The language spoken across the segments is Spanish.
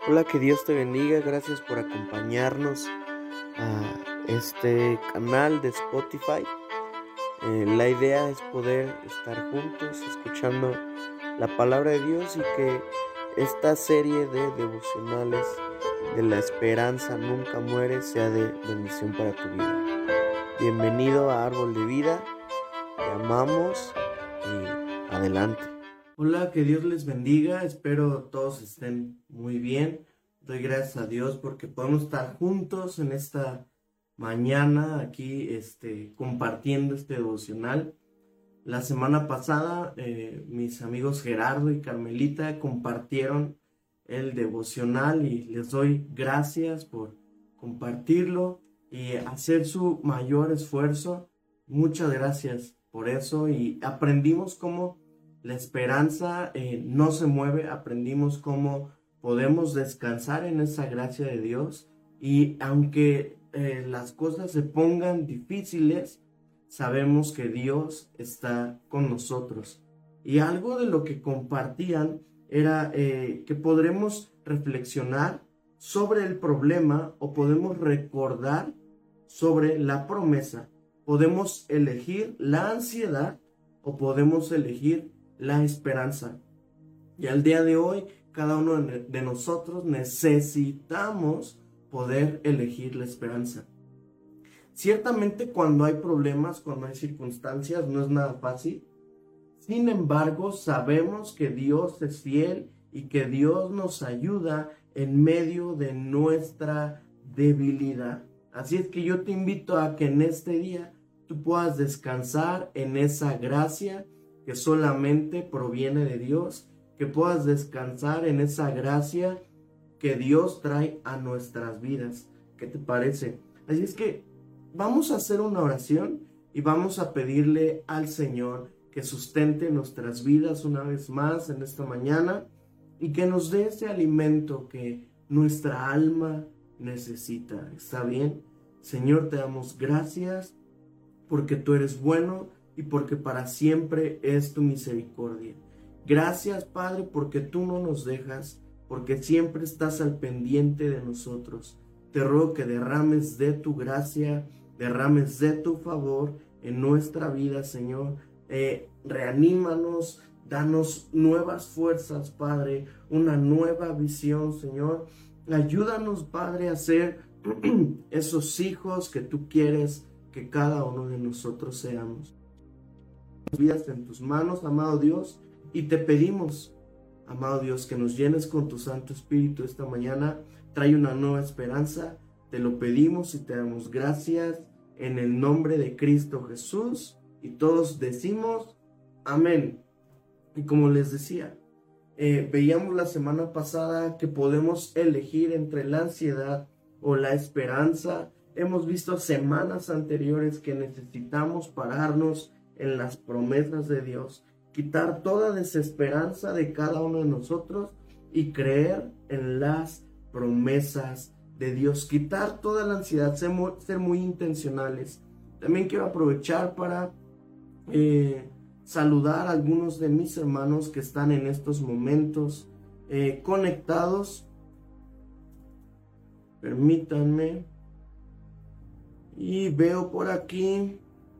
Hola, que Dios te bendiga. Gracias por acompañarnos a este canal de Spotify. La idea es poder estar juntos escuchando la palabra de Dios y que esta serie de devocionales de la esperanza nunca muere sea de bendición para tu vida. Bienvenido a Árbol de Vida. Te amamos y adelante. Hola, que Dios les bendiga. Espero todos estén muy bien. Doy gracias a Dios porque podemos estar juntos en esta mañana aquí compartiendo este devocional. La semana pasada mis amigos Gerardo y Carmelita compartieron el devocional y les doy gracias por compartirlo y hacer su mayor esfuerzo. Muchas gracias por eso, y aprendimos cómo la esperanza no se mueve. Aprendimos cómo podemos descansar en esa gracia de Dios, y aunque las cosas se pongan difíciles, sabemos que Dios está con nosotros. Y algo de lo que compartían era que podremos reflexionar sobre el problema o podemos recordar sobre la promesa. Podemos elegir la ansiedad o podemos elegir la esperanza. Y al día de hoy, cada uno de nosotros necesitamos poder elegir la esperanza. Ciertamente cuando hay problemas, cuando hay circunstancias, no es nada fácil. Sin embargo, sabemos que Dios es fiel y que Dios nos ayuda en medio de nuestra debilidad. Así es que yo te invito a que en este día tú puedas descansar en esa gracia que solamente proviene de Dios, que puedas descansar en esa gracia que Dios trae a nuestras vidas. ¿Qué te parece? Así es que vamos a hacer una oración y vamos a pedirle al Señor que sustente nuestras vidas una vez más en esta mañana y que nos dé ese alimento que nuestra alma necesita. ¿Está bien? Señor, te damos gracias porque tú eres bueno y porque para siempre es tu misericordia. Gracias, Padre, porque tú no nos dejas, porque siempre estás al pendiente de nosotros. Te ruego que derrames de tu gracia, derrames de tu favor en nuestra vida, Señor. Reanímanos, danos nuevas fuerzas, Padre, una nueva visión, Señor. Ayúdanos, Padre, a ser esos hijos que tú quieres que cada uno de nosotros seamos. Vidas en tus manos, amado Dios, y te pedimos, amado Dios, que nos llenes con tu Santo Espíritu esta mañana. Trae una nueva esperanza. Te lo pedimos y te damos gracias en el nombre de Cristo Jesús. Y todos decimos amén. Y como les decía, veíamos la semana pasada que podemos elegir entre la ansiedad o la esperanza. Hemos visto semanas anteriores que necesitamos pararnos en las promesas de Dios, quitar toda desesperanza de cada uno de nosotros y creer en las promesas de Dios, quitar toda la ansiedad, ser muy intencionales. También quiero aprovechar para saludar a algunos de mis hermanos que están en estos momentos conectados. Permítanme. Y veo por aquí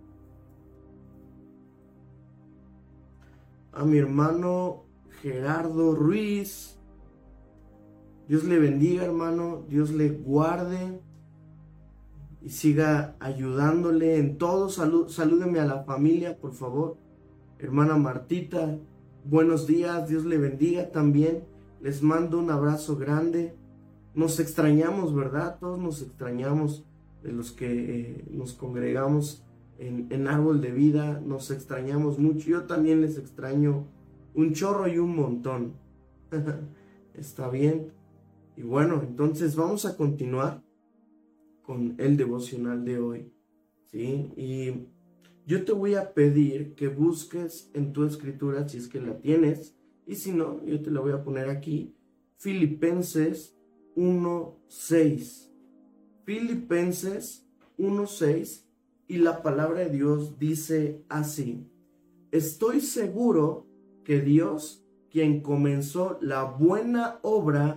a mi hermano Gerardo Ruiz. Dios le bendiga, hermano. Dios le guarde y siga ayudándole en todo. Salúdeme a la familia, por favor. Hermana Martita, buenos días. Dios le bendiga también. Les mando un abrazo grande. Nos extrañamos, ¿verdad? Todos nos extrañamos, de los que nos congregamos en Árbol de Vida. Nos extrañamos mucho. Yo también les extraño un chorro y un montón. Está bien. Y bueno, entonces vamos a continuar con el devocional de hoy, ¿sí? Y yo te voy a pedir que busques en tu escritura, si es que la tienes, y si no, yo te la voy a poner aquí, Filipenses 1:6. Filipenses 1:6, y la palabra de Dios dice así: estoy seguro que Dios, quien comenzó la buena obra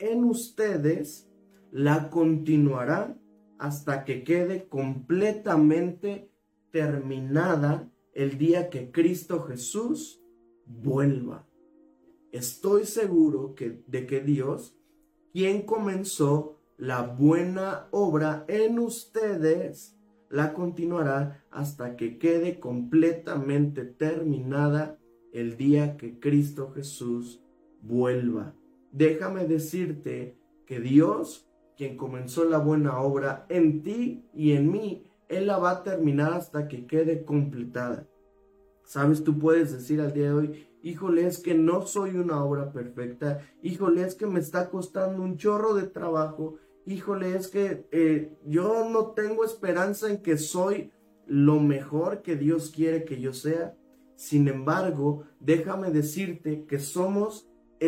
en ustedes, la continuará hasta que quede completamente terminada el día que Cristo Jesús vuelva. Estoy seguro de que Dios, quien comenzó la buena obra en ustedes, la continuará hasta que quede completamente terminada el día que Cristo Jesús vuelva. Déjame decirte que Dios, quien comenzó la buena obra en ti y en mí, Él la va a terminar hasta que quede completada. Sabes, tú puedes decir al día de hoy, híjole, es que no soy una obra perfecta, híjole, es que me está costando un chorro de trabajo, híjole, es que yo no tengo esperanza en que soy lo mejor que Dios quiere que yo sea. Sin embargo, déjame decirte que somos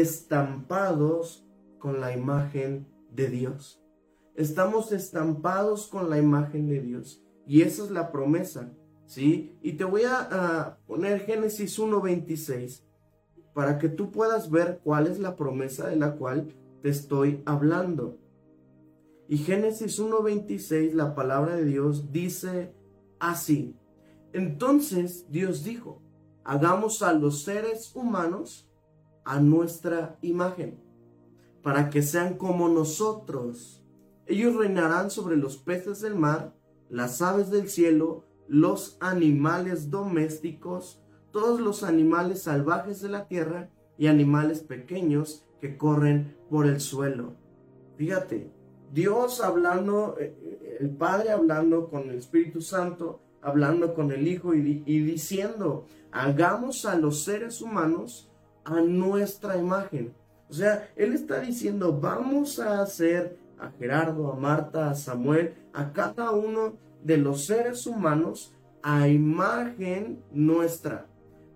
estampados con la imagen de Dios. Estamos estampados con la imagen de Dios. Y esa es la promesa, ¿sí? Y te voy a poner Génesis 1:26 para que tú puedas ver cuál es la promesa de la cual te estoy hablando. Y Génesis 1:26, la palabra de Dios dice así: entonces Dios dijo, hagamos a los seres humanos a nuestra imagen, para que sean como nosotros. Ellos reinarán sobre los peces del mar, las aves del cielo, los animales domésticos, todos los animales salvajes de la tierra y animales pequeños que corren por el suelo. Fíjate, Dios hablando, el Padre hablando con el Espíritu Santo, hablando con el Hijo y diciendo, hagamos a los seres humanos a nuestra imagen. O sea, Él está diciendo, vamos a hacer a Gerardo, a Marta, a Samuel, a cada uno de los seres humanos a imagen nuestra.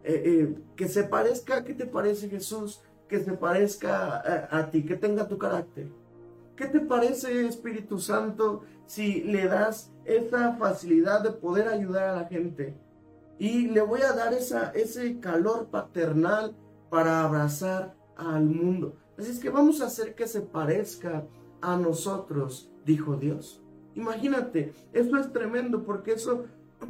Que se parezca, ¿qué te parece, Jesús? Que se parezca a ti, que tenga tu carácter. ¿Qué te parece, Espíritu Santo, si le das esa facilidad de poder ayudar a la gente? Y le voy a dar ese calor paternal para abrazar al mundo. Así es que vamos a hacer que se parezca a nosotros, dijo Dios. Imagínate, eso es tremendo porque eso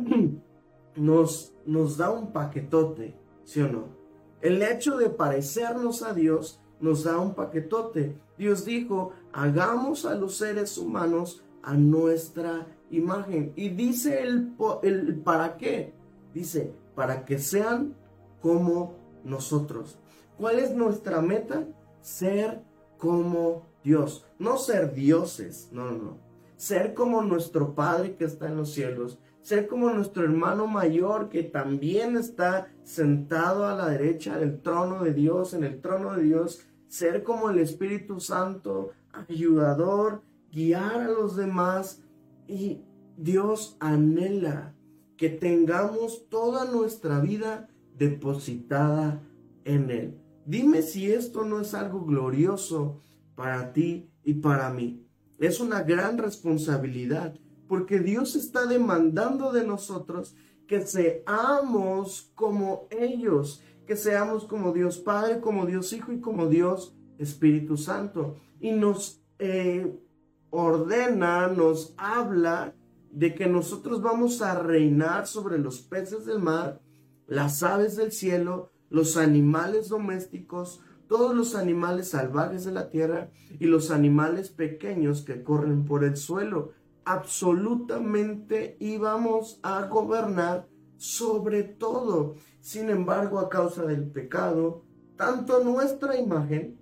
nos da un paquetote, ¿sí o no? El hecho de parecernos a Dios nos da un paquetote. Dios dijo, hagamos a los seres humanos a nuestra imagen. Y dice el para qué. Dice, para que sean como nosotros. ¿Cuál es nuestra meta? Ser como Dios. No ser dioses, no. Ser como nuestro Padre que está en los cielos. Ser como nuestro hermano mayor que también está sentado a la derecha del trono de Dios, en el trono de Dios. Ser como el Espíritu Santo, ayudador, guiar a los demás. Y Dios anhela que tengamos toda nuestra vida depositada en Él. Dime si esto no es algo glorioso para ti y para mí. Es una gran responsabilidad porque Dios está demandando de nosotros que seamos como ellos, que seamos como Dios Padre, como Dios Hijo y como Dios Espíritu Santo. Y nos ordena, nos habla de que nosotros vamos a reinar sobre los peces del mar, las aves del cielo, los animales domésticos, todos los animales salvajes de la tierra y los animales pequeños que corren por el suelo. Absolutamente íbamos a gobernar sobre todo. Sin embargo, a causa del pecado, tanto nuestra imagen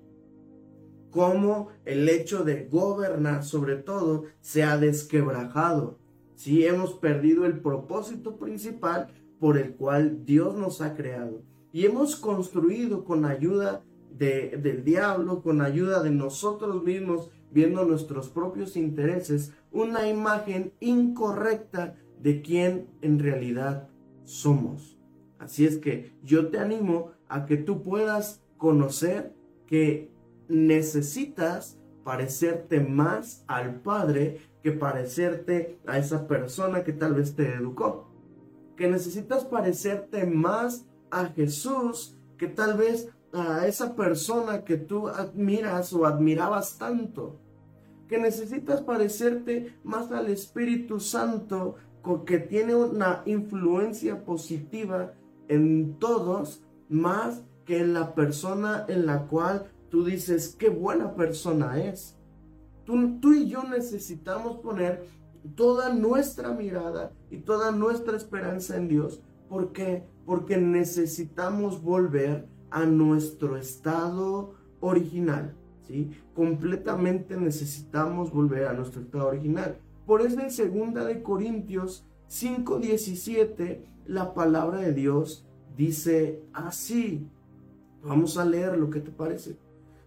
como el hecho de gobernar sobre todo se ha desquebrajado. Sí, hemos perdido el propósito principal por el cual Dios nos ha creado. Y hemos construido con ayuda del diablo, con ayuda de nosotros mismos, viendo nuestros propios intereses, una imagen incorrecta de quién en realidad somos. Así es que yo te animo a que tú puedas conocer que necesitas parecerte más al Padre que parecerte a esa persona que tal vez te educó. Que necesitas parecerte más a Jesús que tal vez a esa persona que tú admiras o admirabas tanto, que necesitas parecerte más al Espíritu Santo, que tiene una influencia positiva en todos, más que en la persona en la cual tú dices, qué buena persona es. Tú y yo necesitamos poner toda nuestra mirada y toda nuestra esperanza en Dios. ¿Por qué? Porque necesitamos volver a nuestro estado original, ¿sí? Completamente necesitamos volver a nuestro estado original. Por eso en 2 Corintios 5:17 la palabra de Dios dice así. Vamos a leer lo que te parece.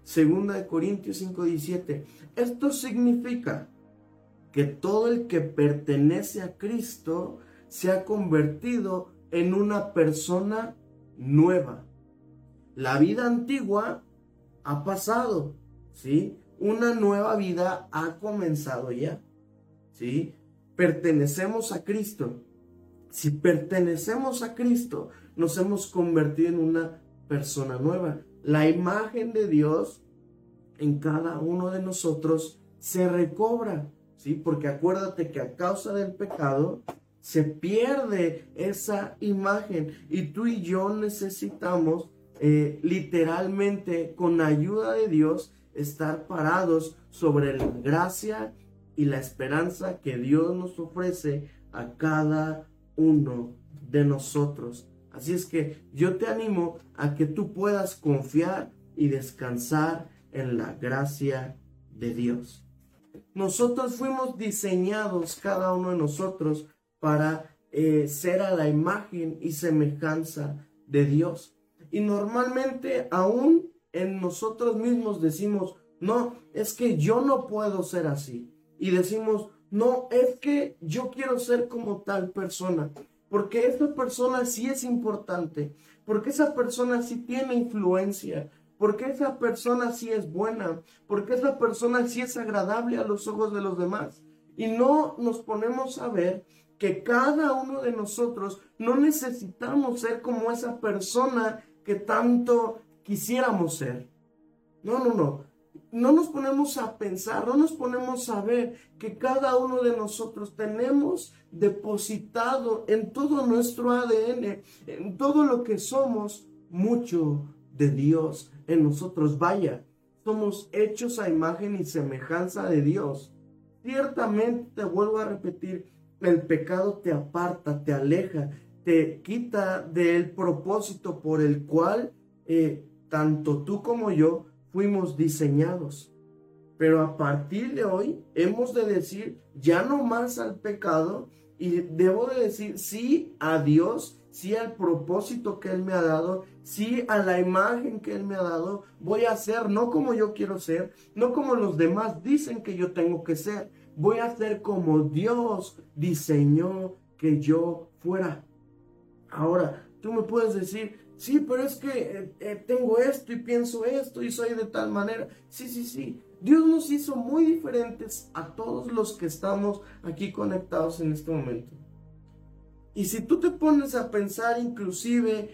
2 Corintios 5:17. Esto significa que todo el que pertenece a Cristo se ha convertido en una persona nueva. La vida antigua ha pasado, ¿sí? Una nueva vida ha comenzado ya, ¿sí? Pertenecemos a Cristo. Si pertenecemos a Cristo, nos hemos convertido en una persona nueva. La imagen de Dios en cada uno de nosotros se recobra, ¿sí? Porque acuérdate que a causa del pecado se pierde esa imagen y tú y yo necesitamos literalmente, con ayuda de Dios, estar parados sobre la gracia y la esperanza que Dios nos ofrece a cada uno de nosotros. Así es que yo te animo a que tú puedas confiar y descansar en la gracia de Dios. Nosotros fuimos diseñados, cada uno de nosotros, para ser a la imagen y semejanza de Dios. Y normalmente aún en nosotros mismos decimos, no, es que yo no puedo ser así. Y decimos, no, es que yo quiero ser como tal persona. Porque esa persona sí es importante. Porque esa persona sí tiene influencia. Porque esa persona sí es buena. Porque esa persona sí es agradable a los ojos de los demás. Y no nos ponemos a ver que cada uno de nosotros no necesitamos ser como esa persona que tanto quisiéramos ser. No. No nos ponemos a pensar, no nos ponemos a ver que cada uno de nosotros tenemos depositado en todo nuestro ADN, en todo lo que somos, mucho de Dios en nosotros. Vaya, somos hechos a imagen y semejanza de Dios. Ciertamente, te vuelvo a repetir, el pecado te aparta, te aleja, te quita del propósito por el cual tanto tú como yo fuimos diseñados. Pero a partir de hoy hemos de decir ya no más al pecado y debo de decir sí a Dios, sí al propósito que Él me ha dado, sí a la imagen que Él me ha dado. Voy a ser no como yo quiero ser, no como los demás dicen que yo tengo que ser. Voy a ser como Dios diseñó que yo fuera. Ahora, tú me puedes decir, sí, pero es que tengo esto y pienso esto y soy de tal manera. Sí. Dios nos hizo muy diferentes a todos los que estamos aquí conectados en este momento. Y si tú te pones a pensar inclusive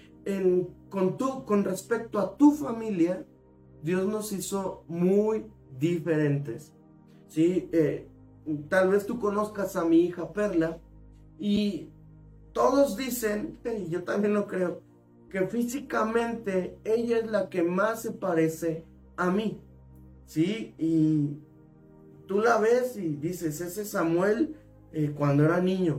con respecto a tu familia, Dios nos hizo muy diferentes. ¿Sí? Tal vez tú conozcas a mi hija Perla y todos dicen, y yo también lo creo, que físicamente ella es la que más se parece a mí, ¿sí? Y tú la ves y dices, ese es Samuel cuando era niño.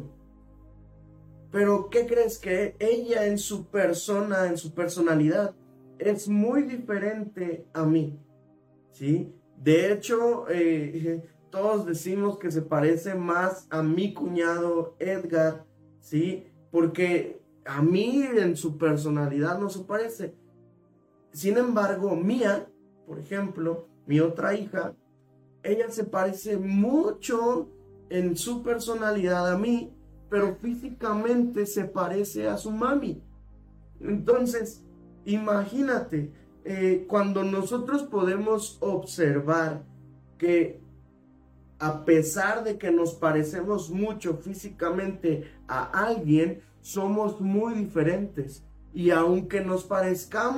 Pero ¿qué crees? Que ella en su persona, en su personalidad, es muy diferente a mí, ¿sí? De hecho, todos decimos que se parece más a mi cuñado Edgar, ¿sí? Porque a mí en su personalidad no se parece. Sin embargo, Mía, por ejemplo, mi otra hija, ella se parece mucho en su personalidad a mí, pero físicamente se parece a su mami. Entonces, imagínate, cuando nosotros podemos observar que a pesar de que nos parecemos mucho físicamente a alguien, somos muy diferentes. Y aunque nos parezcamos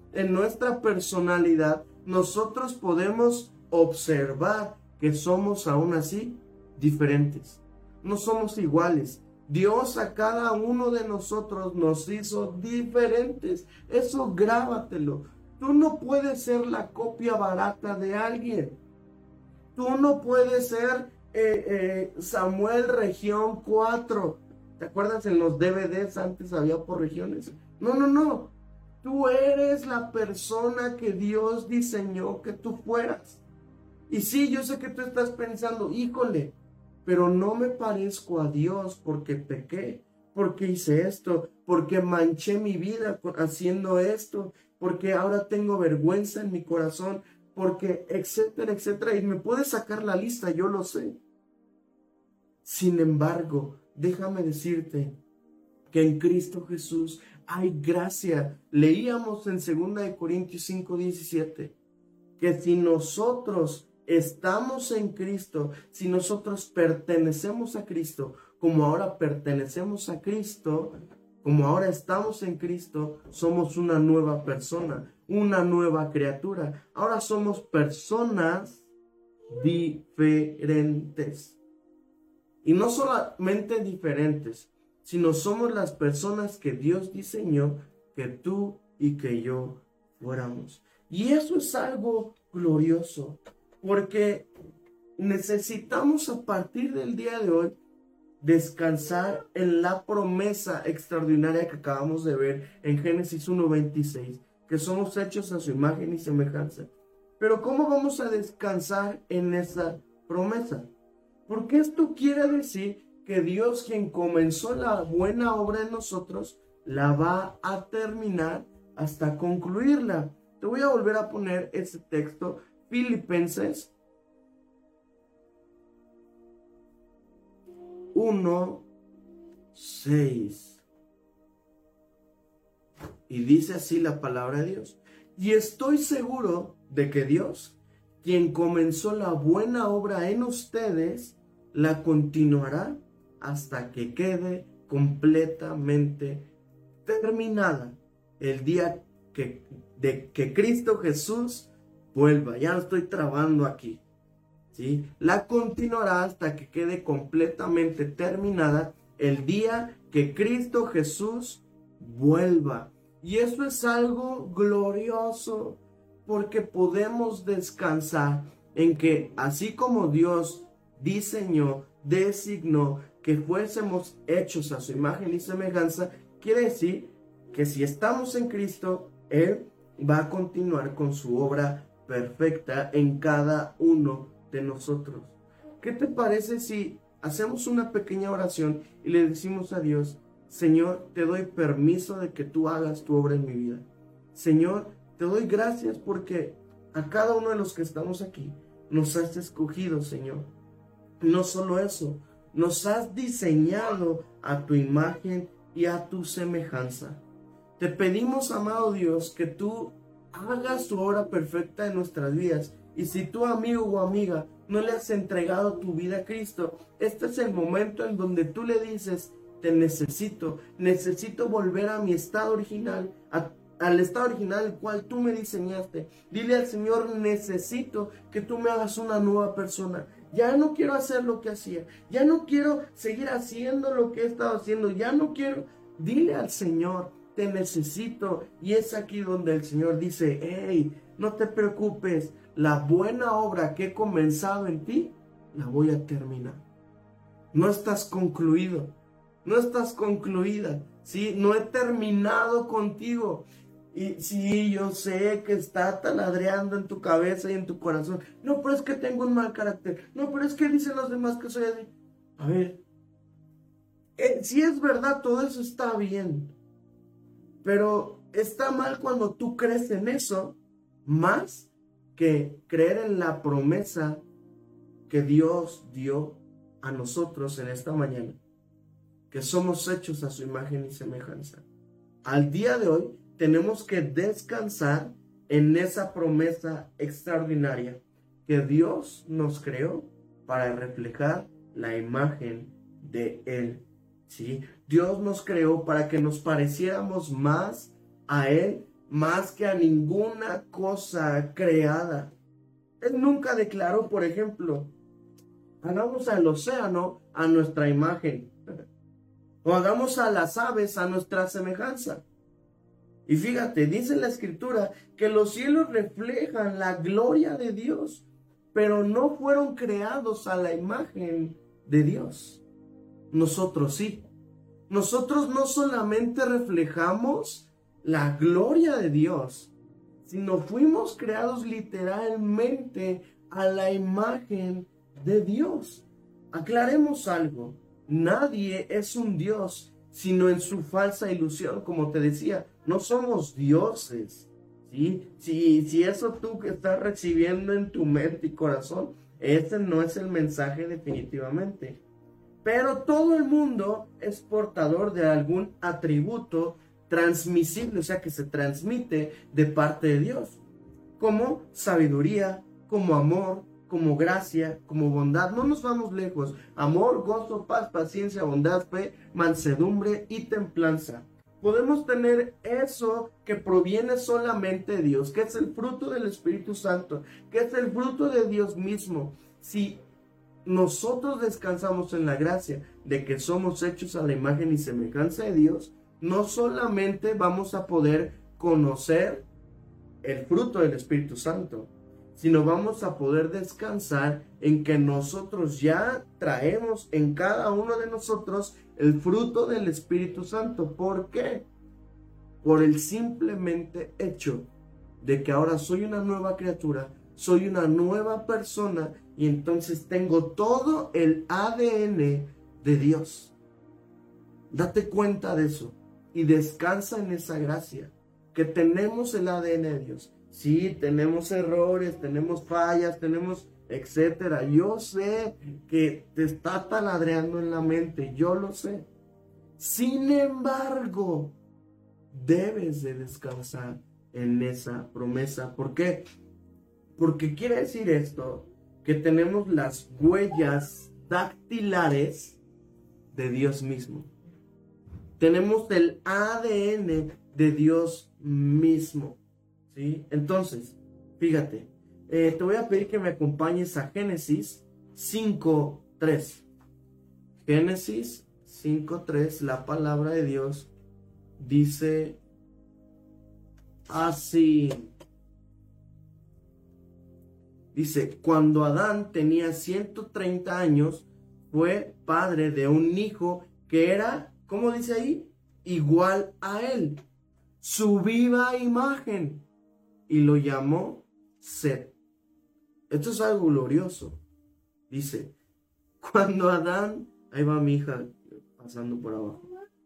en nuestra personalidad, nosotros podemos observar que somos aún así diferentes. No somos iguales. Dios a cada uno de nosotros nos hizo diferentes. Eso grábatelo. Tú no puedes ser la copia barata de alguien. Tú no puedes ser Samuel región 4. ¿Te acuerdas en los DVDs antes había por regiones? No. Tú eres la persona que Dios diseñó que tú fueras. Y sí, yo sé que tú estás pensando, híjole, pero no me parezco a Dios porque pequé, porque hice esto, porque manché mi vida haciendo esto, porque ahora tengo vergüenza en mi corazón, porque etcétera, etcétera. Y me puedes sacar la lista, yo lo sé. Sin embargo, déjame decirte que en Cristo Jesús hay gracia. Leíamos en 2 Corintios 5:17 que si nosotros estamos en Cristo, si nosotros pertenecemos a Cristo, como ahora pertenecemos a Cristo, como ahora estamos en Cristo, somos una nueva persona, una nueva criatura. Ahora somos personas diferentes. Y no solamente diferentes, sino somos las personas que Dios diseñó que tú y que yo fuéramos. Y eso es algo glorioso, porque necesitamos a partir del día de hoy descansar en la promesa extraordinaria que acabamos de ver en Génesis 1:26, que somos hechos a su imagen y semejanza. Pero ¿cómo vamos a descansar en esa promesa? Porque esto quiere decir que Dios, quien comenzó la buena obra en nosotros, la va a terminar hasta concluirla. Te voy a volver a poner ese texto, Filipenses 1:6. Y dice así la palabra de Dios. Y estoy seguro de que Dios, quien comenzó la buena obra en ustedes, la continuará hasta que quede completamente terminada el día que Cristo Jesús vuelva. Ya no estoy trabando aquí, ¿sí? La continuará hasta que quede completamente terminada el día que Cristo Jesús vuelva. Y eso es algo glorioso, porque podemos descansar en que así como Dios diseñó, designó que fuésemos hechos a su imagen y semejanza, quiere decir que si estamos en Cristo, Él va a continuar con su obra perfecta en cada uno de nosotros. ¿Qué te parece si hacemos una pequeña oración y le decimos a Dios: Señor, te doy permiso de que tú hagas tu obra en mi vida? Señor, te doy gracias porque a cada uno de los que estamos aquí nos has escogido, Señor. No solo eso, nos has diseñado a tu imagen y a tu semejanza. Te pedimos, amado Dios, que tú hagas tu obra perfecta en nuestras vidas. Y si tú, amigo o amiga, no le has entregado tu vida a Cristo, este es el momento en donde tú le dices: te necesito volver a mi estado original, al estado original el cual tú me diseñaste. Dile al Señor: necesito que tú me hagas una nueva persona. Ya no quiero hacer lo que hacía, ya no quiero seguir haciendo lo que he estado haciendo, ya no quiero. Dile al Señor: te necesito. Y es aquí donde el Señor dice: hey, no te preocupes, la buena obra que he comenzado en ti, la voy a terminar. No estás concluido, no estás concluida, ¿sí? No he terminado contigo. Y sí, yo sé que está taladreando en tu cabeza y en tu corazón: no, pero es que tengo un mal carácter, no, pero es que dicen los demás que soy así. A ver, si es verdad, todo eso está bien, pero está mal cuando tú crees en eso más que creer en la promesa que Dios dio a nosotros en esta mañana, que somos hechos a su imagen y semejanza. Al día de hoy tenemos que descansar en esa promesa extraordinaria que Dios nos creó para reflejar la imagen de Él, ¿sí? Dios nos creó para que nos pareciéramos más a Él más que a ninguna cosa creada. Él nunca declaró, por ejemplo, hagamos al océano a nuestra imagen, o hagamos a las aves a nuestra semejanza. Y fíjate, dice la Escritura que los cielos reflejan la gloria de Dios, pero no fueron creados a la imagen de Dios. Nosotros sí. Nosotros no solamente reflejamos la gloria de Dios, sino fuimos creados literalmente a la imagen de Dios. Aclaremos algo. Nadie es un Dios, sino en su falsa ilusión. Como te decía, no somos dioses, ¿sí? Si eso tú que estás recibiendo en tu mente y corazón, ese no es el mensaje definitivamente. Pero todo el mundo es portador de algún atributo transmisible, o sea, que se transmite de parte de Dios, como sabiduría, como amor, como gracia, como bondad. No nos vamos lejos. Amor, gozo, paz, paciencia, bondad, fe, mansedumbre y templanza. Podemos tener eso que proviene solamente de Dios, que es el fruto del Espíritu Santo, que es el fruto de Dios mismo. Si nosotros descansamos en la gracia de que somos hechos a la imagen y semejanza de Dios, no solamente vamos a poder conocer el fruto del Espíritu Santo, sino vamos a poder descansar en que nosotros ya traemos en cada uno de nosotros el fruto del Espíritu Santo. ¿Por qué? Por el simplemente hecho de que ahora soy una nueva criatura, soy una nueva persona, y entonces tengo todo el ADN de Dios. Date cuenta de eso y descansa en esa gracia, que tenemos el ADN de Dios. Sí, tenemos errores, tenemos fallas, tenemos etcétera. Yo sé que te está taladreando en la mente, yo lo sé. Sin embargo, debes de descansar en esa promesa. ¿Por qué? Porque quiere decir esto, que tenemos las huellas dactilares de Dios mismo. Tenemos el ADN de Dios mismo, ¿sí? Entonces, fíjate, te voy a pedir que me acompañes a Génesis 5:3. Génesis 5:3, la palabra de Dios dice así. Dice, cuando Adán tenía 130 años, fue padre de un hijo que era, ¿cómo dice ahí? Igual a él, su viva imagen, y lo llamó Set. Esto es algo glorioso. Dice, cuando Adán, ahí va mi hija pasando por abajo.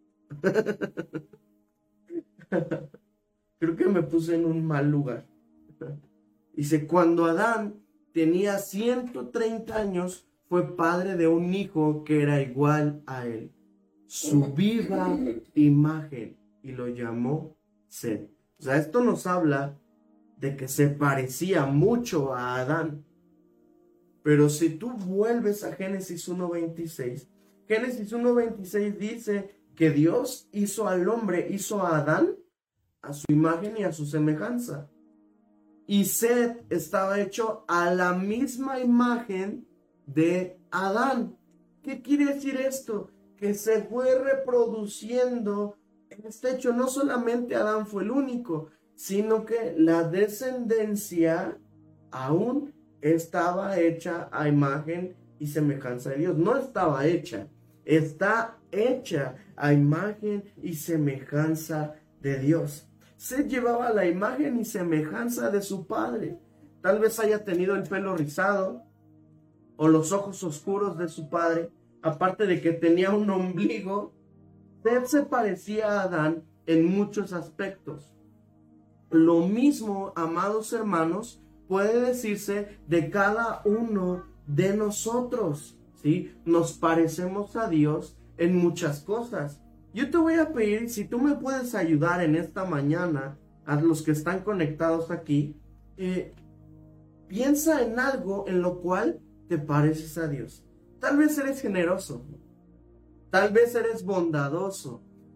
Creo que me puse en un mal lugar. Dice, cuando Adán tenía 130 años, fue padre de un hijo que era igual a él, su viva imagen, y lo llamó Set. O sea, esto nos habla de que se parecía mucho a Adán. Pero si tú vuelves a Génesis 1:26, Génesis 1:26 dice que Dios hizo al hombre, hizo a Adán a su imagen y a su semejanza. Y Set estaba hecho a la misma imagen de Adán. ¿Qué quiere decir esto? Que se fue reproduciendo este hecho. No solamente Adán fue el único, sino que la descendencia aún estaba hecha a imagen y semejanza de Dios. No estaba hecha, está hecha a imagen y semejanza de Dios. Set llevaba la imagen y semejanza de su padre. Tal vez haya tenido el pelo rizado o los ojos oscuros de su padre. Aparte de que tenía un ombligo, Set se parecía a Adán en muchos aspectos. Lo mismo, amados hermanos, puede decirse de cada uno de nosotros, ¿sí? Nos parecemos a Dios en muchas cosas. Yo te voy a pedir, si tú me puedes ayudar en esta mañana, a los que están conectados aquí, piensa en algo en lo cual te pareces a Dios. Tal vez eres generoso, tal vez eres bondadoso,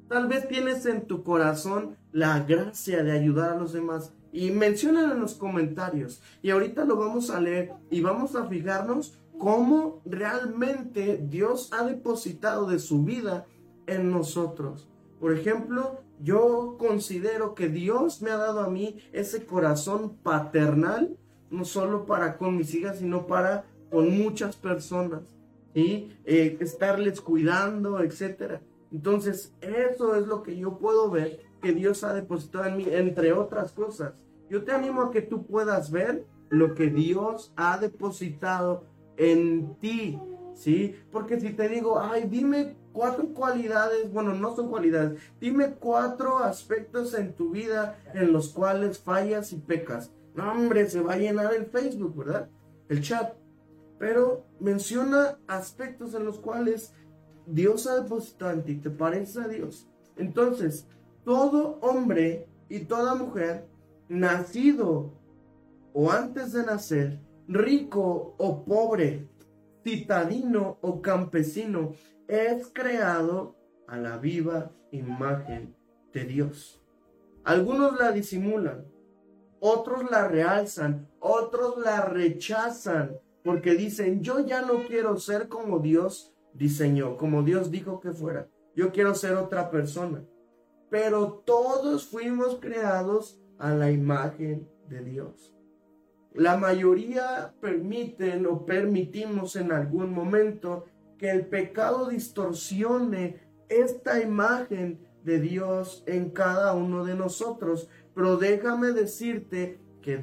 Tal vez tienes en tu corazón la gracia de ayudar a los demás. Y menciónalo en los comentarios. Y ahorita lo vamos a leer y vamos a fijarnos cómo realmente Dios ha depositado de su vida en nosotros. Por ejemplo, yo considero que Dios me ha dado a mí ese corazón paternal, no solo para con mis hijas, sino para con muchas personas, ¿sí? Estarles cuidando, etcétera. Entonces, eso es lo que yo puedo ver que Dios ha depositado en mí, entre otras cosas. Yo te animo a que tú puedas ver lo que Dios ha depositado en ti, ¿sí? Porque si te digo, ay, dime 4 cualidades, bueno, no son cualidades, dime 4 aspectos en tu vida en los cuales fallas y pecas. No, hombre, se va a llenar el Facebook, ¿verdad? El chat. Pero menciona aspectos en los cuales Dios ha depositado en ti, ¿te parece a Dios? Entonces, todo hombre y toda mujer, nacido o antes de nacer, rico o pobre, citadino o campesino, es creado a la viva imagen de Dios. Algunos la disimulan, otros la realzan, otros la rechazan, porque dicen, yo ya no quiero ser como Dios diseñó, como Dios dijo que fuera. Yo quiero ser otra persona. Pero todos fuimos creados a la imagen de Dios. La mayoría permiten o permitimos en algún momento que el pecado distorsione esta imagen de Dios en cada uno de nosotros. Pero déjame decirte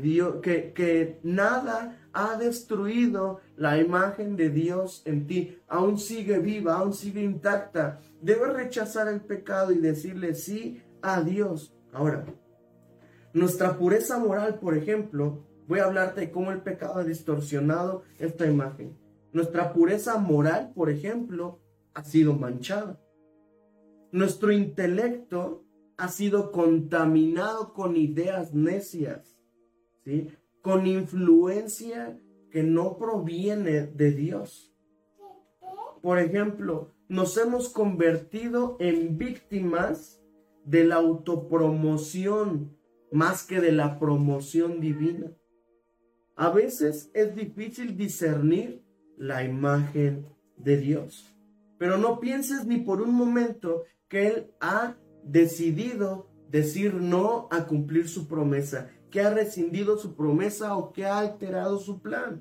que nada ha destruido la imagen de Dios en ti. Aún sigue viva, aún sigue intacta. Debes rechazar el pecado y decirle sí a Dios. Ahora, nuestra pureza moral, por ejemplo, voy a hablarte de cómo el pecado ha distorsionado esta imagen. Nuestra pureza moral, por ejemplo, ha sido manchada. Nuestro intelecto ha sido contaminado con ideas necias, ¿sí? Con influencia que no proviene de Dios. Por ejemplo, nos hemos convertido en víctimas de la autopromoción más que de la promoción divina. A veces es difícil discernir la imagen de Dios, pero no pienses ni por un momento que Él ha decidido decir no a cumplir su promesa, que ha rescindido su promesa o que ha alterado su plan.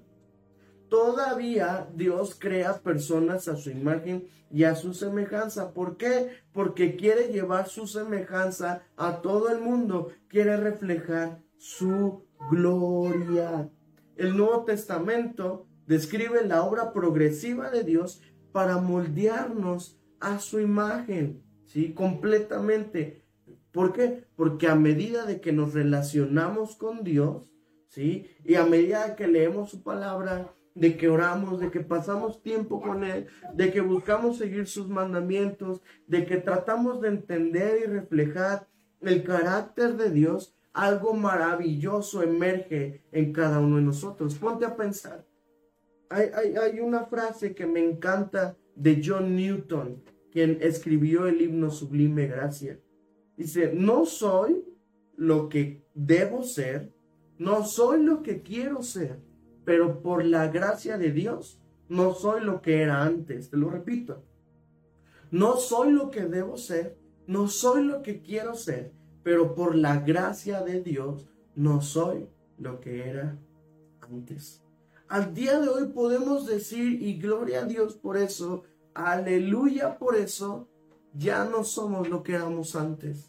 Todavía Dios crea personas a su imagen y a su semejanza. ¿Por qué? Porque quiere llevar su semejanza a todo el mundo, quiere reflejar su gloria. El Nuevo Testamento describe la obra progresiva de Dios para moldearnos a su imagen, ¿sí? Completamente. ¿Por qué? Porque a medida de que nos relacionamos con Dios, ¿sí? Y a medida que leemos su palabra, de que oramos, de que pasamos tiempo con Él, de que buscamos seguir sus mandamientos, de que tratamos de entender y reflejar el carácter de Dios, algo maravilloso emerge en cada uno de nosotros. Ponte a pensar. Hay una frase que me encanta de John Newton, quien escribió el himno Sublime Gracia. Dice, no soy lo que debo ser, no soy lo que quiero ser, pero por la gracia de Dios, no soy lo que era antes. Te lo repito. No soy lo que debo ser, no soy lo que quiero ser, pero por la gracia de Dios, no soy lo que era antes. Al día de hoy podemos decir, y gloria a Dios por eso, aleluya por eso, ya no somos lo que éramos antes.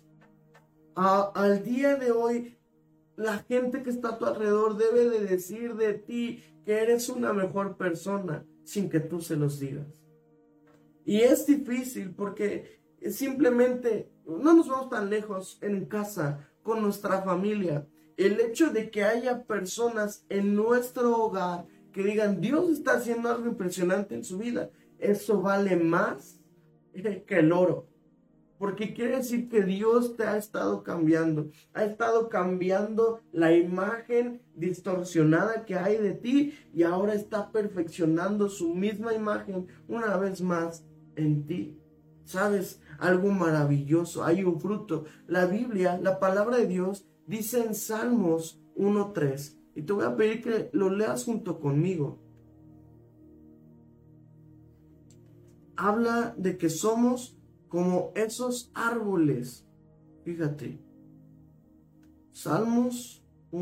Al día de hoy, la gente que está a tu alrededor debe de decir de ti que eres una mejor persona sin que tú se los digas. Y es difícil porque simplemente no nos vamos tan lejos en casa, con nuestra familia. El hecho de que haya personas en nuestro hogar que digan, Dios está haciendo algo impresionante en su vida, eso vale más que el oro. Porque quiere decir que Dios te ha estado cambiando la imagen distorsionada que hay de ti y ahora está perfeccionando su misma imagen una vez más en ti. ¿Sabes? Algo maravilloso, hay un fruto. La Biblia, la palabra de Dios, dice en Salmos 1:3, y te voy a pedir que lo leas junto conmigo. Habla de que somos como esos árboles. Fíjate, Salmos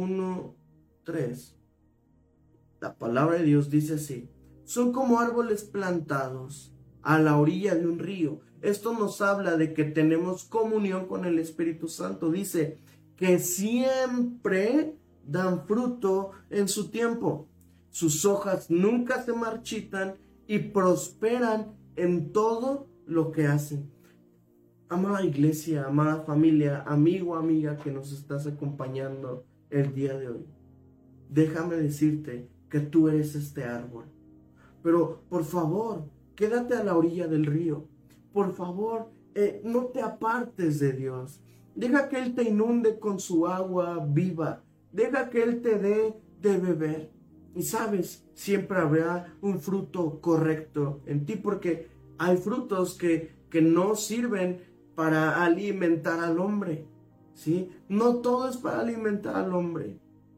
1:3. La palabra de Dios dice así: son como árboles plantados a la orilla de un río. Esto nos habla de que tenemos comunión con el Espíritu Santo. Dice que siempre dan fruto en su tiempo. Sus hojas nunca se marchitan y prosperan en todo lo que hacen. Amada iglesia, amada familia, amigo, amiga que nos estás acompañando el día de hoy, déjame decirte que tú eres este árbol. Pero por favor, quédate a la orilla del río. Por favor, no te apartes de Dios. Deja que Él te inunde con su agua viva. Deja que Él te dé de beber. Y sabes, siempre habrá un fruto correcto en ti, porque hay frutos que no sirven para alimentar al hombre, ¿sí? No todo es para alimentar al hombre.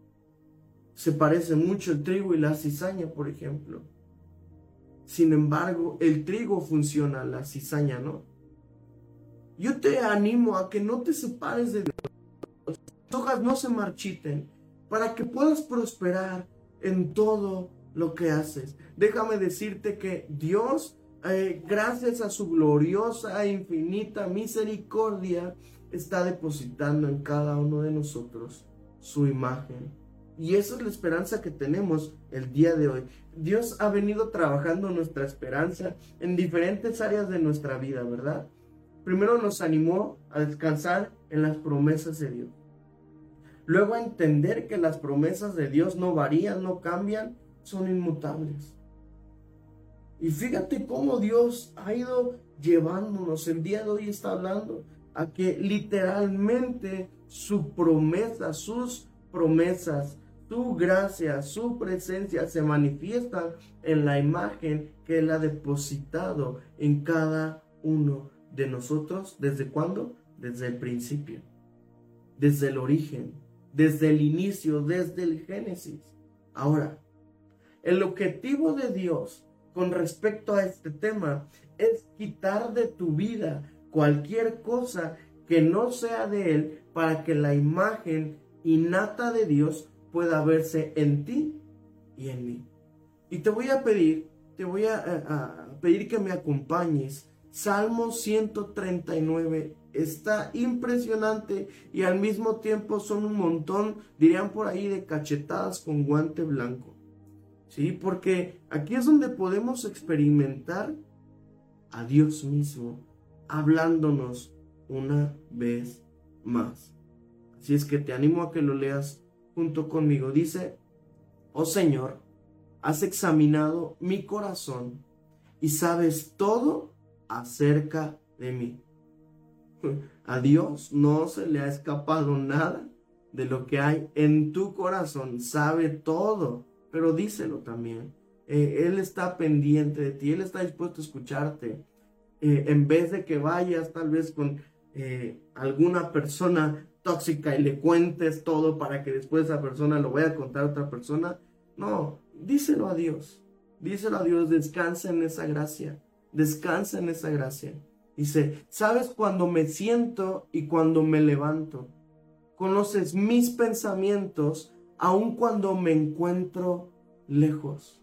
Se parece mucho el trigo y la cizaña, por ejemplo. Sin embargo, el trigo funciona, la cizaña no. Yo te animo a que no te separes de Dios. Las hojas no se marchiten, para que puedas prosperar en todo lo que haces. Déjame decirte que Dios, gracias a su gloriosa e infinita misericordia, está depositando en cada uno de nosotros su imagen. Y esa es la esperanza que tenemos el día de hoy. Dios ha venido trabajando nuestra esperanza en diferentes áreas de nuestra vida, ¿verdad? Primero nos animó a descansar en las promesas de Dios. Luego a entender que las promesas de Dios no varían, no cambian, son inmutables. Y fíjate cómo Dios ha ido llevándonos. El día de hoy está hablando a que literalmente su promesa, sus promesas, su gracia, su presencia se manifiestan en la imagen que Él ha depositado en cada uno de nosotros. ¿Desde cuándo? Desde el principio, desde el origen, desde el inicio, desde el Génesis. Ahora, el objetivo de Dios con respecto a este tema es quitar de tu vida cualquier cosa que no sea de Él, para que la imagen innata de Dios pueda verse en ti y en mí. Y te voy a pedir que me acompañes. Salmo 139 está impresionante y al mismo tiempo son un montón, dirían por ahí, de cachetadas con guante blanco. ¿Sí? Porque aquí es donde podemos experimentar a Dios mismo hablándonos una vez más. Así es que te animo a que lo leas junto conmigo. Dice: oh Señor, has examinado mi corazón y sabes todo acerca de mí. A Dios no se le ha escapado nada de lo que hay en tu corazón. Sabe todo, pero díselo también. Él está pendiente de ti, Él está dispuesto a escucharte. En vez de que vayas tal vez con alguna persona tóxica y le cuentes todo para que después esa persona lo vaya a contar a otra persona. No, díselo a Dios. Díselo a Dios, descansa en esa gracia. Descansa en esa gracia. Dice: sabes cuando me siento y cuando me levanto. Conoces mis pensamientos aun cuando me encuentro lejos.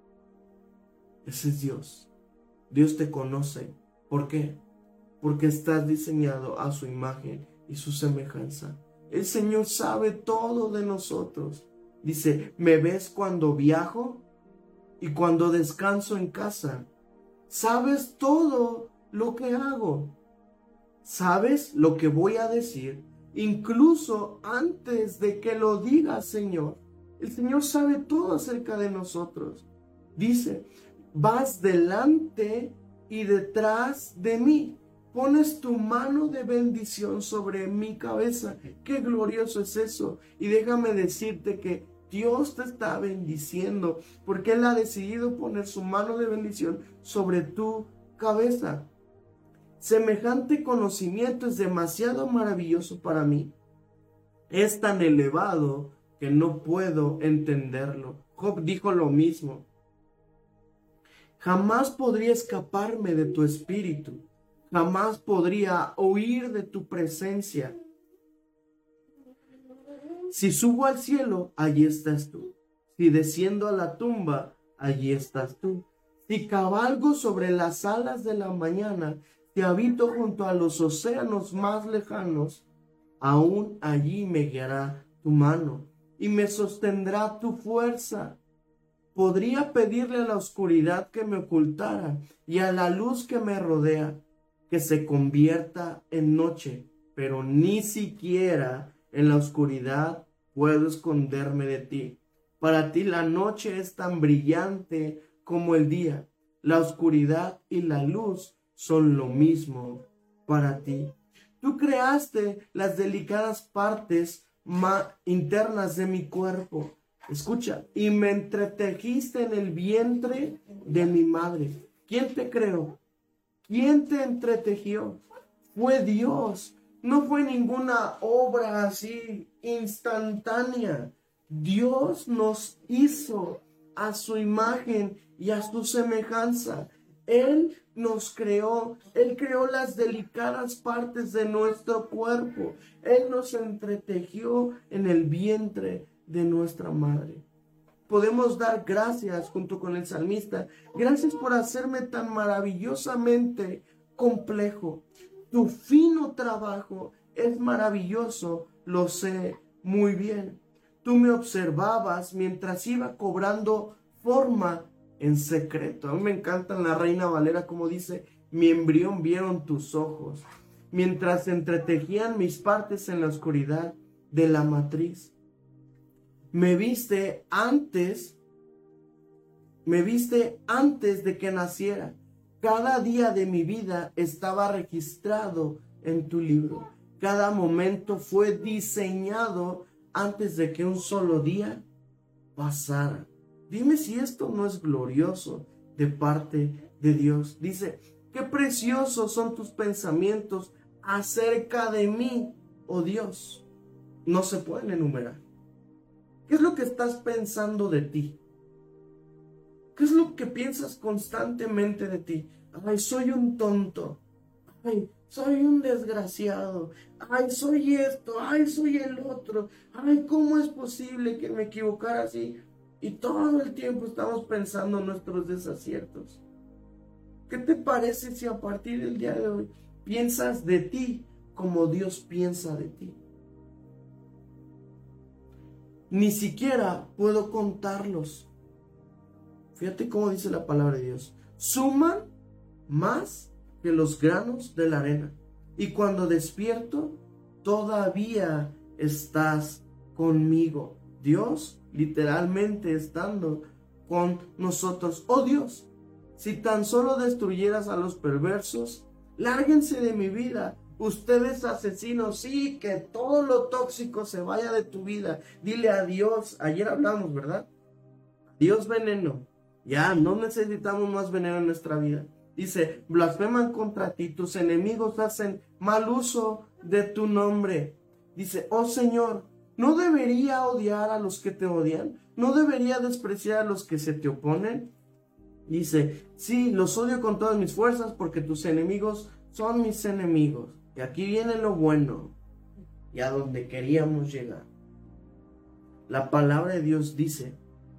Ese es Dios. Dios te conoce. ¿Por qué? Porque estás diseñado a su imagen y su semejanza. El Señor sabe todo de nosotros. Dice: me ves cuando viajo y cuando descanso en casa. Sabes todo lo que hago. Sabes lo que voy a decir, incluso antes de que lo diga, Señor. El Señor sabe todo acerca de nosotros. Dice: vas delante y detrás de mí. Pones tu mano de bendición sobre mi cabeza. Qué glorioso es eso. Y déjame decirte que Dios te está bendiciendo porque Él ha decidido poner su mano de bendición sobre tu cabeza. Semejante conocimiento es demasiado maravilloso para mí. Es tan elevado que no puedo entenderlo. Job dijo lo mismo. Jamás podría escaparme de tu espíritu. Jamás podría huir de tu presencia. Si subo al cielo, allí estás tú. Si desciendo a la tumba, allí estás tú. Si cabalgo sobre las alas de la mañana, si habito junto a los océanos más lejanos, aún allí me guiará tu mano y me sostendrá tu fuerza. Podría pedirle a la oscuridad que me ocultara y a la luz que me rodea que se convierta en noche, pero ni siquiera en la oscuridad puedo esconderme de ti. Para ti la noche es tan brillante como el día. La oscuridad y la luz son lo mismo para ti. Tú creaste las delicadas partes internas de mi cuerpo. Escucha, y me entretejiste en el vientre de mi madre. ¿Quién te creó? ¿Quién te entretejió? Fue Dios. No fue ninguna obra así instantánea. Dios nos hizo a su imagen y a su semejanza. Él nos creó, Él creó las delicadas partes de nuestro cuerpo. Él nos entretejió en el vientre de nuestra madre. Podemos dar gracias junto con el salmista. Gracias por hacerme tan maravillosamente complejo. Tu fino trabajo es maravilloso, lo sé muy bien. Tú me observabas mientras iba cobrando forma en secreto. A mí me encanta en la Reina Valera como dice, mi embrión vieron tus ojos, mientras entretejían mis partes en la oscuridad de la matriz. Me viste antes de que naciera. Cada día de mi vida estaba registrado en tu libro. Cada momento fue diseñado antes de que un solo día pasara. Dime si esto no es glorioso de parte de Dios. Dice, qué preciosos son tus pensamientos acerca de mí, oh Dios. No se pueden enumerar. ¿Qué es lo que estás pensando de ti? ¿Qué es lo que piensas constantemente de ti? Ay, soy un tonto. Ay, soy un desgraciado. Ay, soy esto. Ay, soy el otro. Ay, ¿cómo es posible que me equivocara así? Y todo el tiempo estamos pensando en nuestros desaciertos. ¿Qué te parece si a partir del día de hoy piensas de ti como Dios piensa de ti? Ni siquiera puedo contarlos. Fíjate cómo dice la palabra de Dios. Suman más que los granos de la arena. Y cuando despierto, todavía estás conmigo. Dios literalmente estando con nosotros. Oh Dios, si tan solo destruyeras a los perversos, lárguense de mi vida. Ustedes asesinos, sí, que todo lo tóxico se vaya de tu vida. Dile adiós. Ayer hablamos, ¿verdad? Adiós veneno. Ya, no necesitamos más veneno en nuestra vida. Dice, blasfeman contra ti, tus enemigos hacen mal uso de tu nombre. Dice, oh Señor, ¿no debería odiar a los que te odian? ¿No debería despreciar a los que se te oponen? Dice, sí, los odio con todas mis fuerzas porque tus enemigos son mis enemigos. Y aquí viene lo bueno y a donde queríamos llegar. La palabra de Dios dice,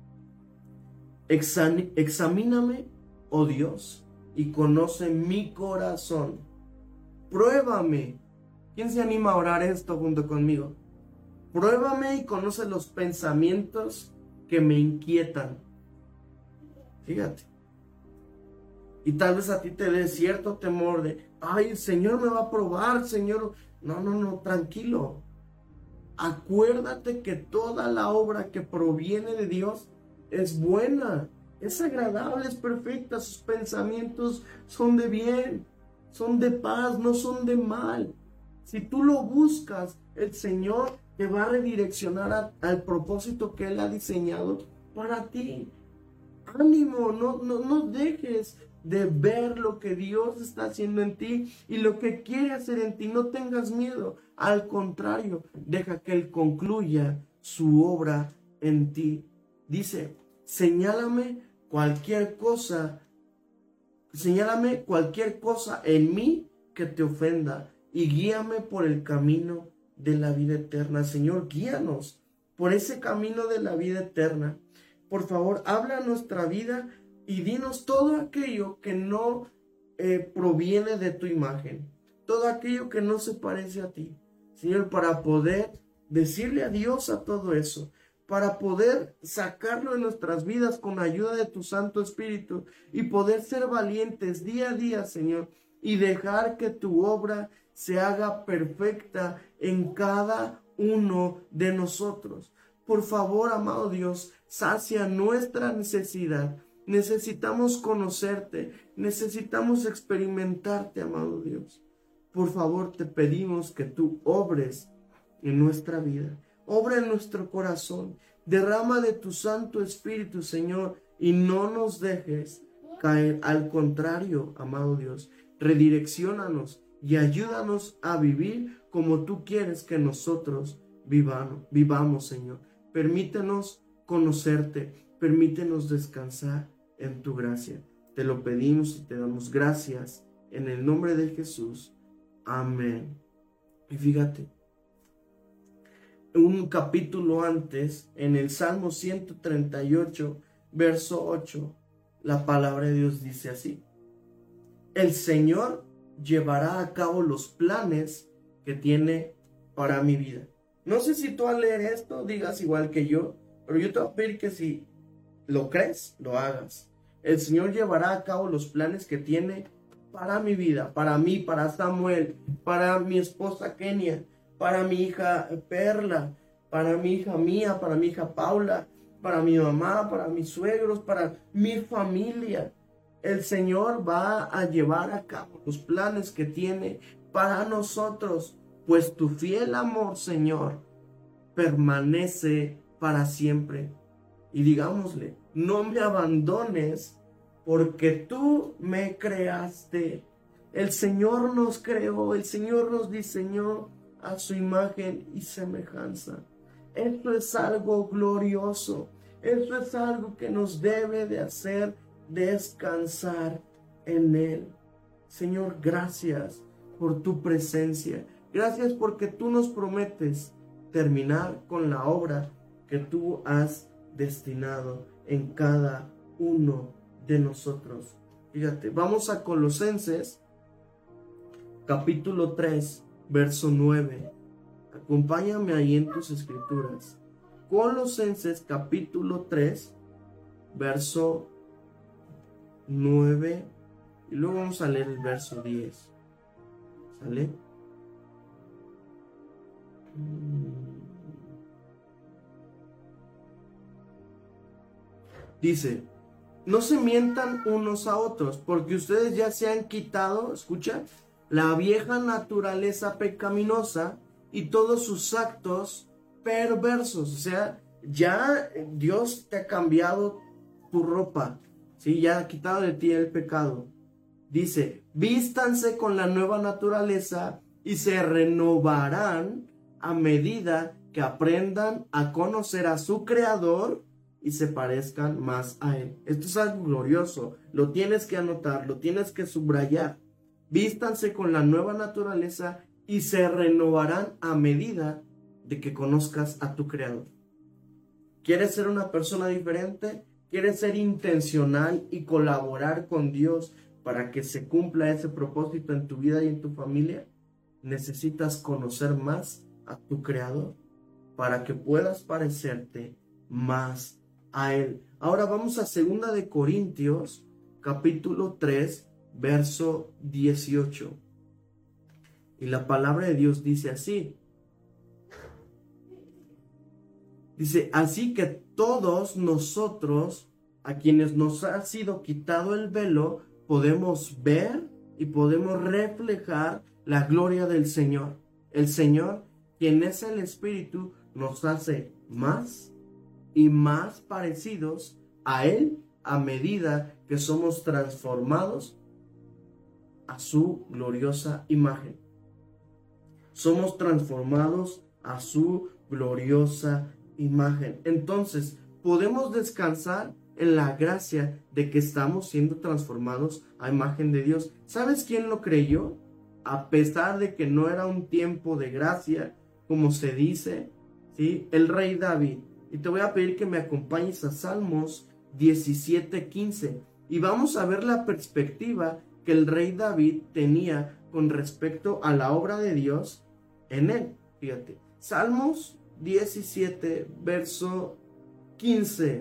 examíname, oh Dios, y conoce mi corazón. Pruébame. ¿Quién se anima a orar esto junto conmigo? Pruébame y conoce los pensamientos que me inquietan. Fíjate. Y tal vez a ti te dé cierto temor de, ay, el Señor me va a probar, Señor. No, tranquilo. Acuérdate que toda la obra que proviene de Dios es buena, es agradable, es perfecta. Sus pensamientos son de bien, son de paz, no son de mal. Si tú lo buscas, el Señor te va a redireccionar al propósito que Él ha diseñado para ti. Ánimo, no dejes de ver lo que Dios está haciendo en ti y lo que quiere hacer en ti. No tengas miedo, al contrario, deja que Él concluya su obra en ti. Dice, señálame cualquier cosa en mí que te ofenda y guíame por el camino de la vida eterna. Señor, guíanos por ese camino de la vida eterna. Por favor, habla nuestra vida y dinos todo aquello que no proviene de tu imagen, todo aquello que no se parece a ti, Señor, para poder decirle adiós a todo eso, para poder sacarlo de nuestras vidas con ayuda de tu Santo Espíritu y poder ser valientes día a día, Señor, y dejar que tu obra se haga perfecta en cada uno de nosotros. Por favor, amado Dios, sacia nuestra necesidad. Necesitamos conocerte, necesitamos experimentarte, amado Dios. Por favor, te pedimos que tú obres en nuestra vida, obra en nuestro corazón, derrama de tu Santo Espíritu, Señor, y no nos dejes caer. Al contrario, amado Dios, redirecciónanos y ayúdanos a vivir como tú quieres que nosotros vivamos, Señor. Permítenos conocerte, permítenos descansar en tu gracia. Te lo pedimos y te damos gracias en el nombre de Jesús. Amén. Y fíjate, un capítulo antes, en el Salmo 138, verso 8, la palabra de Dios dice así: el Señor llevará a cabo los planes que tiene para mi vida. No sé si tú al leer esto digas igual que yo, pero yo te voy a pedir que si lo crees, lo hagas. El Señor llevará a cabo los planes que tiene para mi vida, para mí, para Samuel, para mi esposa Kenia, para mi hija Perla, para mi hija Mía, para mi hija Paula, para mi mamá, para mis suegros, para mi familia. El Señor va a llevar a cabo los planes que tiene para nosotros, pues tu fiel amor, Señor, permanece para siempre. Y digámosle, no me abandones, porque tú me creaste. El Señor nos creó, el Señor nos diseñó a su imagen y semejanza. Esto es algo glorioso, esto es algo que nos debe de hacer descansar en Él. Señor, gracias por tu presencia. Gracias porque tú nos prometes terminar con la obra que tú has destinado en cada uno de nosotros. Fíjate, vamos a Colosenses, capítulo 3, verso 9. Acompáñame ahí en tus escrituras. Colosenses, capítulo 3, verso 9. Y luego vamos a leer el verso 10. ¿Sale? Dice: no se mientan unos a otros, porque ustedes ya se han quitado, escucha, la vieja naturaleza pecaminosa y todos sus actos perversos. O sea, ya Dios te ha cambiado tu ropa, ¿sí? Ya ha quitado de ti el pecado. Dice: vístanse con la nueva naturaleza y se renovarán a medida que aprendan a conocer a su Creador y se parezcan más a Él. Esto es algo glorioso, lo tienes que anotar, lo tienes que subrayar. Vístanse con la nueva naturaleza y se renovarán a medida de que conozcas a tu Creador. ¿Quieres ser una persona diferente? ¿Quieres ser intencional y colaborar con Dios para que se cumpla ese propósito en tu vida y en tu familia? Necesitas conocer más a tu Creador para que puedas parecerte más a Él. Ahora vamos a 2 de Corintios, capítulo 3, verso 18. Y la palabra de Dios dice así. Dice: así que todos nosotros, a quienes nos ha sido quitado el velo, podemos ver y podemos reflejar la gloria del Señor. El Señor, quien es el Espíritu, nos hace más y más parecidos a Él a medida que somos transformados a su gloriosa imagen. Somos transformados a su gloriosa imagen. Entonces, podemos descansar en la gracia de que estamos siendo transformados a imagen de Dios. ¿Sabes quién lo creyó? A pesar de que no era un tiempo de gracia, como se dice, ¿sí? El rey David. Y te voy a pedir que me acompañes a Salmos 17:15. Y vamos a ver la perspectiva que el rey David tenía con respecto a la obra de Dios en él. Fíjate, Salmos 17, verso 15.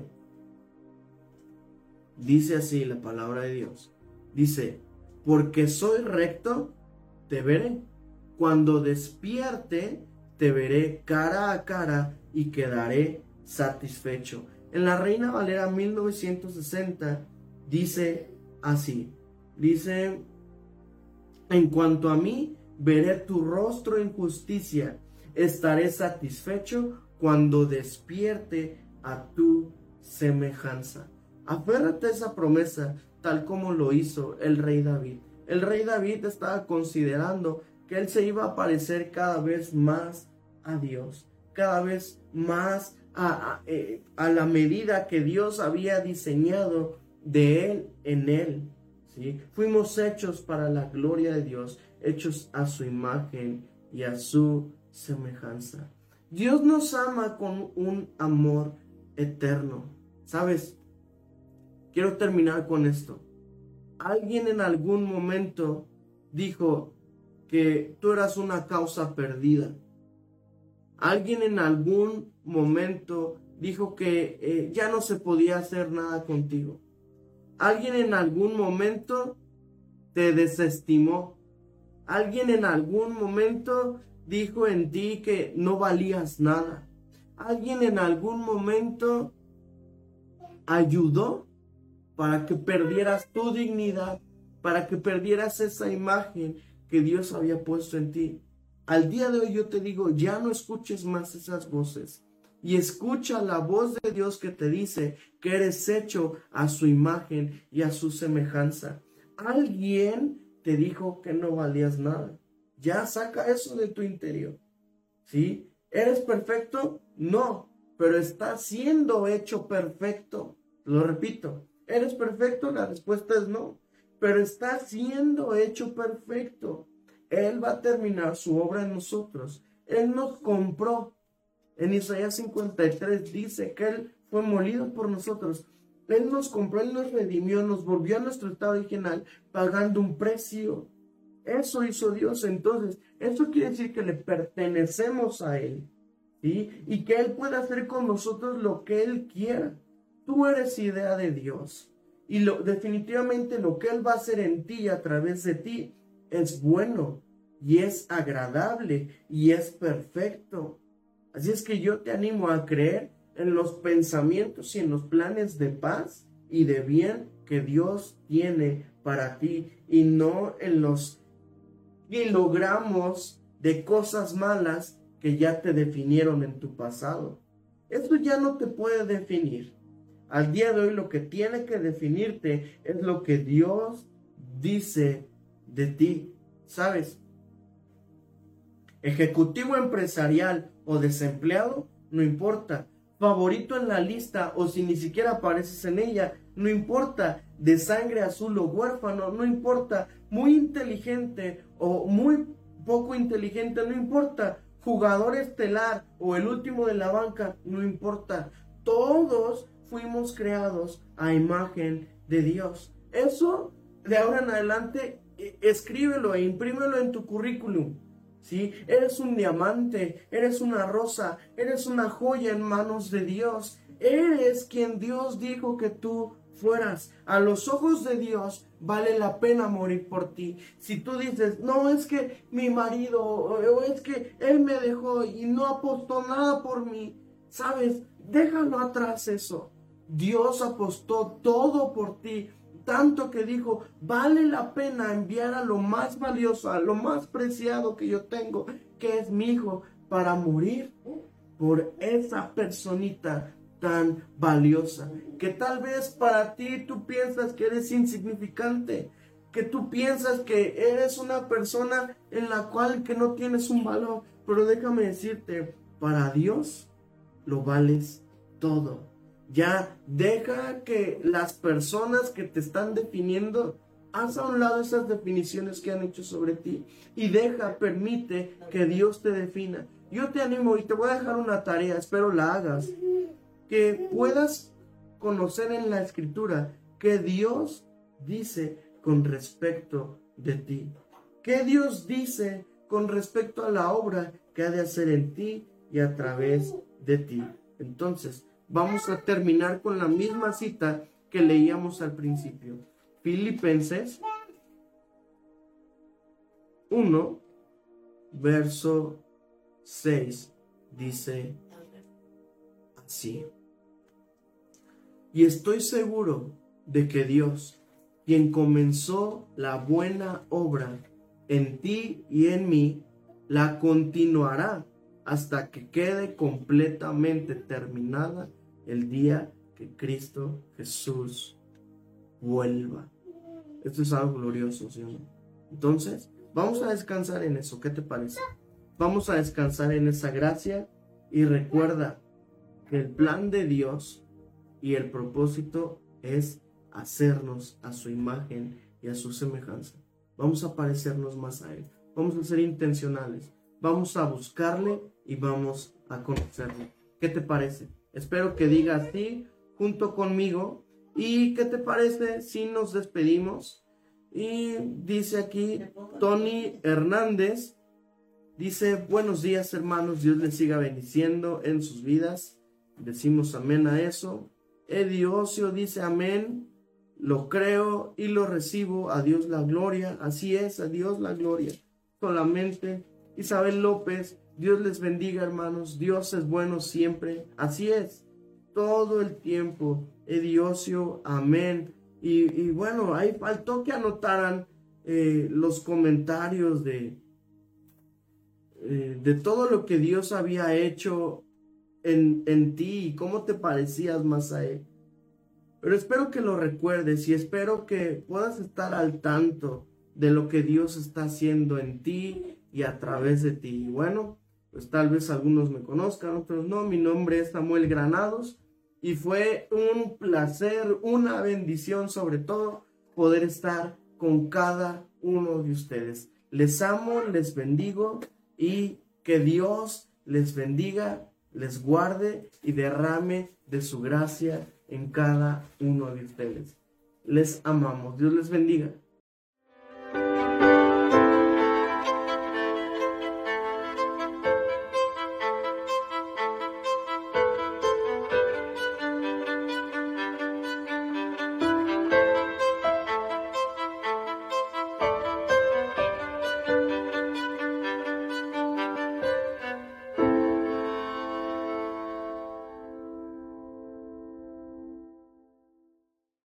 Dice así la palabra de Dios. Dice, porque soy recto, te veré. Cuando despierte, te veré cara a cara y quedaré satisfecho. En la Reina Valera 1960 dice así. Dice, en cuanto a mí, veré tu rostro en justicia. Estaré satisfecho cuando despierte a tu semejanza. Aférrate a esa promesa, tal como lo hizo el rey David. El rey David estaba considerando que él se iba a parecer cada vez más a Dios, cada vez más a la medida que Dios había diseñado de él en él. ¿Sí? Fuimos hechos para la gloria de Dios, hechos a su imagen y a su semejanza. Dios nos ama con un amor eterno. ¿Sabes? Quiero terminar con esto. Alguien en algún momento dijo que tú eras una causa perdida. Alguien en algún momento dijo que ya no se podía hacer nada contigo. Alguien en algún momento te desestimó. Alguien en algún momento dijo en ti que no valías nada. Alguien en algún momento ayudó para que perdieras tu dignidad, para que perdieras esa imagen que Dios había puesto en ti. Al día de hoy yo te digo, ya no escuches más esas voces y escucha la voz de Dios que te dice que eres hecho a su imagen y a su semejanza. Alguien te dijo que no valías nada. Ya saca eso de tu interior. ¿Sí? ¿Eres perfecto? No, pero estás siendo hecho perfecto. Lo repito, ¿eres perfecto? La respuesta es no, pero está siendo hecho perfecto. Él va a terminar su obra en nosotros. Él nos compró. En Isaías 53 dice que Él fue molido por nosotros. Él nos compró, Él nos redimió, nos volvió a nuestro estado original pagando un precio. Eso hizo Dios. Entonces, eso quiere decir que le pertenecemos a Él, ¿sí? Y que Él puede hacer con nosotros lo que Él quiera. Tú eres idea de Dios. Y definitivamente lo que Él va a hacer en ti y a través de ti es bueno y es agradable y es perfecto. Así es que yo te animo a creer en los pensamientos y en los planes de paz y de bien que Dios tiene para ti, y no en los kilogramos de cosas malas que ya te definieron en tu pasado. Eso ya no te puede definir. Al día de hoy lo que tiene que definirte es lo que Dios dice de ti. ¿Sabes? Ejecutivo empresarial o desempleado, no importa. Favorito en la lista o si ni siquiera apareces en ella, no importa. De sangre azul o huérfano, no importa. Muy inteligente o muy poco inteligente, no importa. Jugador estelar o el último de la banca, no importa. Todos fuimos creados a imagen de Dios. Eso de ahora en adelante escríbelo e imprímelo en tu currículum. ¿Sí? Eres un diamante, eres una rosa, eres una joya en manos de Dios. Eres quien Dios dijo que tú fueras. A los ojos de Dios vale la pena morir por ti. Si tú dices, no, es que mi marido, o es que él me dejó y no apostó nada por mí, ¿sabes? Déjalo atrás eso. Dios apostó todo por ti. Tanto que dijo, vale la pena enviar a lo más valioso, a lo más preciado que yo tengo, que es mi hijo, para morir por esa personita tan valiosa, que tal vez para ti tú piensas que eres insignificante, que tú piensas que eres una persona en la cual que no tienes un valor, pero déjame decirte, para Dios lo vales todo. Ya deja que las personas que te están definiendo, haz a un lado esas definiciones que han hecho sobre ti y permite que Dios te defina. Yo te animo y te voy a dejar una tarea, espero la hagas, que puedas conocer en la Escritura qué Dios dice con respecto de ti. ¿Qué Dios dice con respecto a la obra que ha de hacer en ti y a través de ti? Entonces, vamos a terminar con la misma cita que leíamos al principio. Filipenses 1, verso 6, dice así: y estoy seguro de que Dios, quien comenzó la buena obra en ti y en mí, la continuará hasta que quede completamente terminada el día que Cristo Jesús vuelva. Esto es algo glorioso, ¿sí o no? Entonces, vamos a descansar en eso. ¿Qué te parece? Vamos a descansar en esa gracia y recuerda que el plan de Dios y el propósito es hacernos a su imagen y a su semejanza. Vamos a parecernos más a Él. Vamos a ser intencionales. Vamos a buscarle y vamos a conocerle. ¿Qué te parece? Espero que digas sí junto conmigo. ¿Y qué te parece si nos despedimos? Y dice aquí Tony Hernández, dice: buenos días, hermanos, Dios les siga bendiciendo en sus vidas. Decimos amén a eso. Eddie Ocio dice amén, lo creo y lo recibo, a Dios la gloria. Así es, a Dios la gloria solamente. Isabel López, Dios les bendiga, hermanos, Dios es bueno siempre. Así es, todo el tiempo. Eddie Ocio, amén. Y bueno, ahí faltó que anotaran los comentarios de todo lo que Dios había hecho en ti y cómo te parecías más a Él. Pero espero que lo recuerdes y espero que puedas estar al tanto de lo que Dios está haciendo en ti y a través de ti. Y bueno, pues tal vez algunos me conozcan, otros no. Mi nombre es Samuel Granados y fue un placer, una bendición sobre todo, poder estar con cada uno de ustedes. Les amo, les bendigo y que Dios les bendiga, les guarde y derrame de su gracia en cada uno de ustedes. Les amamos. Dios les bendiga.